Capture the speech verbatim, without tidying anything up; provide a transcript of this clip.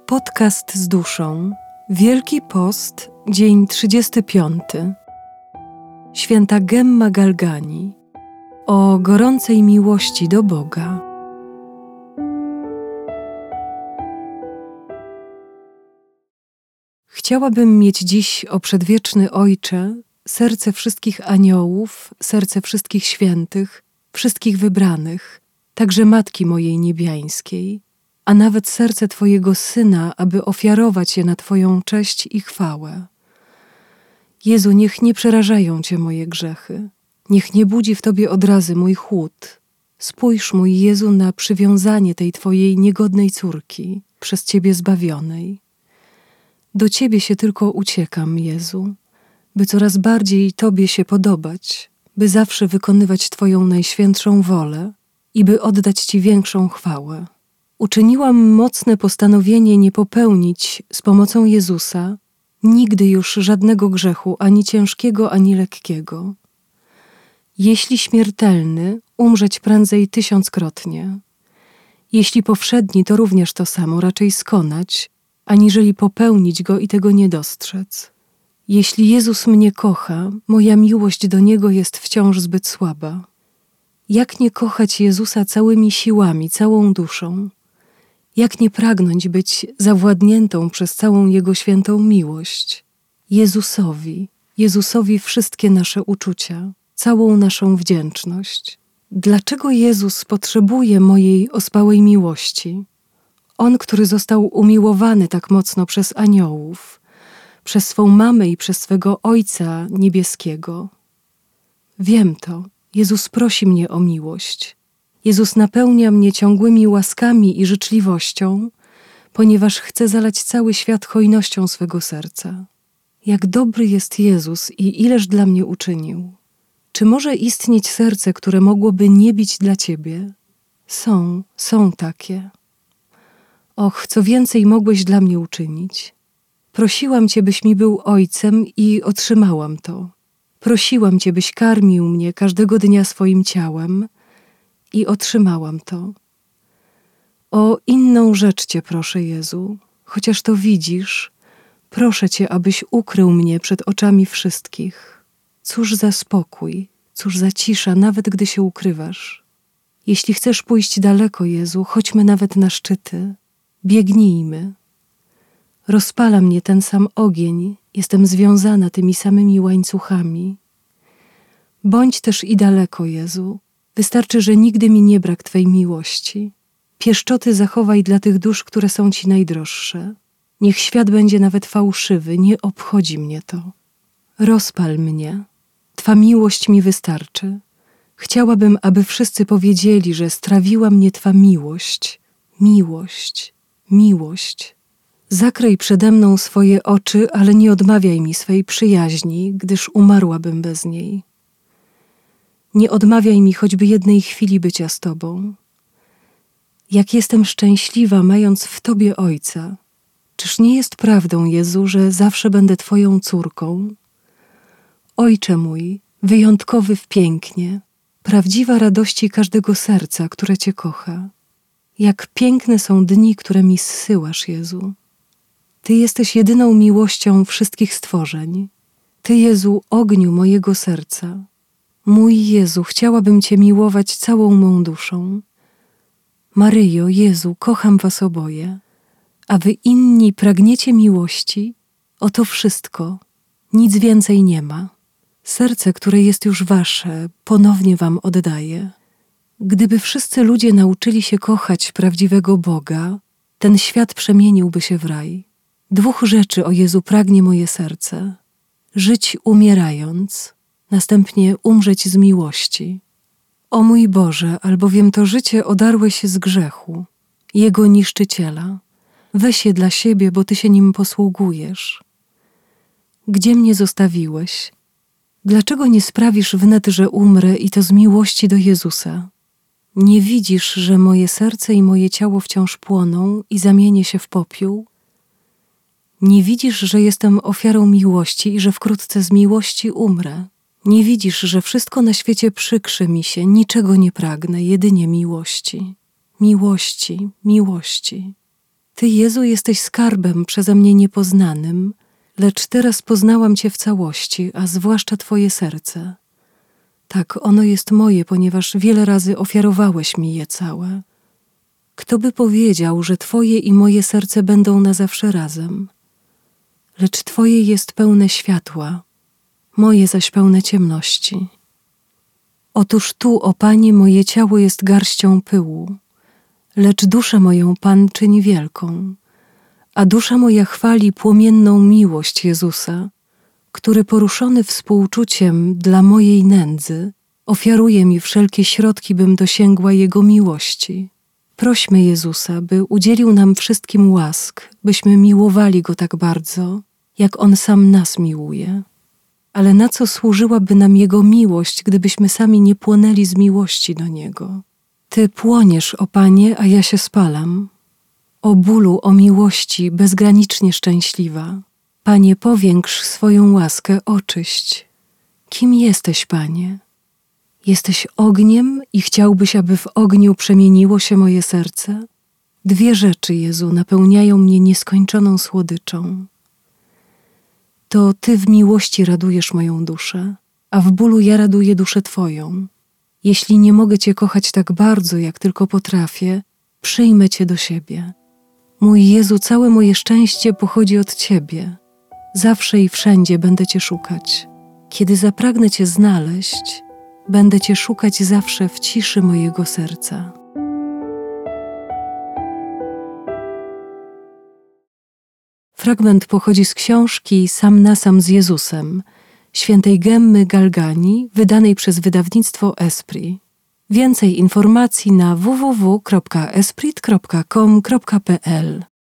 Podcast z duszą. Wielki Post, dzień trzydziesty piąty. Święta Gemma Galgani. O gorącej miłości do Boga. Chciałabym mieć dziś, o przedwieczny Ojcze, serce wszystkich aniołów, serce wszystkich świętych, wszystkich wybranych, także Matki mojej niebiańskiej, a nawet serce Twojego Syna, aby ofiarować je na Twoją cześć i chwałę. Jezu, niech nie przerażają Cię moje grzechy, niech nie budzi w Tobie odrazy mój chłód. Spójrz, mój Jezu, na przywiązanie tej Twojej niegodnej córki, przez Ciebie zbawionej. Do Ciebie się tylko uciekam, Jezu, by coraz bardziej Tobie się podobać, by zawsze wykonywać Twoją najświętszą wolę i by oddać Ci większą chwałę. Uczyniłam mocne postanowienie nie popełnić z pomocą Jezusa nigdy już żadnego grzechu, ani ciężkiego, ani lekkiego. Jeśli śmiertelny, umrzeć prędzej tysiąckrotnie. Jeśli powszedni, to również to samo, raczej skonać, aniżeli popełnić go i tego nie dostrzec. Jeśli Jezus mnie kocha, moja miłość do Niego jest wciąż zbyt słaba. Jak nie kochać Jezusa całymi siłami, całą duszą? Jak nie pragnąć być zawładniętą przez całą Jego świętą miłość? Jezusowi, Jezusowi wszystkie nasze uczucia, całą naszą wdzięczność. Dlaczego Jezus potrzebuje mojej ospałej miłości? On, który został umiłowany tak mocno przez aniołów, przez swą mamę i przez swego Ojca Niebieskiego. Wiem to. Jezus prosi mnie o miłość. Jezus napełnia mnie ciągłymi łaskami i życzliwością, ponieważ chce zalać cały świat hojnością swego serca. Jak dobry jest Jezus i ileż dla mnie uczynił. Czy może istnieć serce, które mogłoby nie bić dla Ciebie? Są, są takie. Och, co więcej mogłeś dla mnie uczynić. Prosiłam Cię, byś mi był ojcem i otrzymałam to. Prosiłam Cię, byś karmił mnie każdego dnia swoim ciałem i otrzymałam to. O inną rzecz Cię proszę, Jezu, chociaż to widzisz, proszę Cię, abyś ukrył mnie przed oczami wszystkich. Cóż za spokój, cóż za cisza, nawet gdy się ukrywasz. Jeśli chcesz pójść daleko, Jezu, chodźmy nawet na szczyty. Biegnijmy. Rozpala mnie ten sam ogień, jestem związana tymi samymi łańcuchami. Bądź też i daleko, Jezu. Wystarczy, że nigdy mi nie brak Twej miłości. Pieszczoty zachowaj dla tych dusz, które są Ci najdroższe. Niech świat będzie nawet fałszywy, nie obchodzi mnie to. Rozpal mnie. Twa miłość mi wystarczy. Chciałabym, aby wszyscy powiedzieli, że strawiła mnie Twa miłość. Miłość, miłość. Zakryj przede mną swoje oczy, ale nie odmawiaj mi swej przyjaźni, gdyż umarłabym bez niej. Nie odmawiaj mi choćby jednej chwili bycia z Tobą. Jak jestem szczęśliwa, mając w Tobie Ojca. Czyż nie jest prawdą, Jezu, że zawsze będę Twoją córką? Ojcze mój, wyjątkowy w pięknie, prawdziwa radości każdego serca, które Cię kocha. Jak piękne są dni, które mi zsyłasz, Jezu. Ty jesteś jedyną miłością wszystkich stworzeń. Ty, Jezu, ogniu mojego serca. Mój Jezu, chciałabym Cię miłować całą mą duszą. Maryjo, Jezu, kocham Was oboje. A Wy inni pragniecie miłości? Oto wszystko. Nic więcej nie ma. Serce, które jest już Wasze, ponownie Wam oddaję. Gdyby wszyscy ludzie nauczyli się kochać prawdziwego Boga, ten świat przemieniłby się w raj. Dwóch rzeczy, o Jezu, pragnie moje serce. Żyć umierając, następnie umrzeć z miłości. O mój Boże, albowiem to życie odarłeś z grzechu, Jego niszczyciela. Weź je dla siebie, bo Ty się nim posługujesz. Gdzie mnie zostawiłeś? Dlaczego nie sprawisz wnet, że umrę i to z miłości do Jezusa? Nie widzisz, że moje serce i moje ciało wciąż płoną i zamienię się w popiół? Nie widzisz, że jestem ofiarą miłości i że wkrótce z miłości umrę? Nie widzisz, że wszystko na świecie przykrzy mi się, niczego nie pragnę, jedynie miłości. Miłości, miłości. Ty, Jezu, jesteś skarbem przeze mnie niepoznanym, lecz teraz poznałam Cię w całości, a zwłaszcza Twoje serce. Tak, ono jest moje, ponieważ wiele razy ofiarowałeś mi je całe. Kto by powiedział, że Twoje i moje serce będą na zawsze razem? Lecz Twoje jest pełne światła, moje zaś pełne ciemności. Otóż tu, o Panie, moje ciało jest garścią pyłu, lecz duszę moją Pan czyni wielką, a dusza moja chwali płomienną miłość Jezusa, który poruszony współczuciem dla mojej nędzy ofiaruje mi wszelkie środki, bym dosięgła Jego miłości. Prośmy Jezusa, by udzielił nam wszystkim łask, byśmy miłowali Go tak bardzo, jak On sam nas miłuje. Ale na co służyłaby nam Jego miłość, gdybyśmy sami nie płonęli z miłości do Niego? Ty płoniesz, o Panie, a ja się spalam. O bólu, o miłości, bezgranicznie szczęśliwa. Panie, powiększ swoją łaskę, oczyść. Kim jesteś, Panie? Jesteś ogniem i chciałbyś, aby w ogniu przemieniło się moje serce? Dwie rzeczy, Jezu, napełniają mnie nieskończoną słodyczą. To Ty w miłości radujesz moją duszę, a w bólu ja raduję duszę Twoją. Jeśli nie mogę Cię kochać tak bardzo, jak tylko potrafię, przyjmę Cię do siebie. Mój Jezu, całe moje szczęście pochodzi od Ciebie. Zawsze i wszędzie będę Cię szukać. Kiedy zapragnę Cię znaleźć, będę Cię szukać zawsze w ciszy mojego serca. Fragment pochodzi z książki Sam na sam z Jezusem, świętej Gemmy Galgani, wydanej przez wydawnictwo Esprit. Więcej informacji na w w w kropka esprit kropka com kropka p l.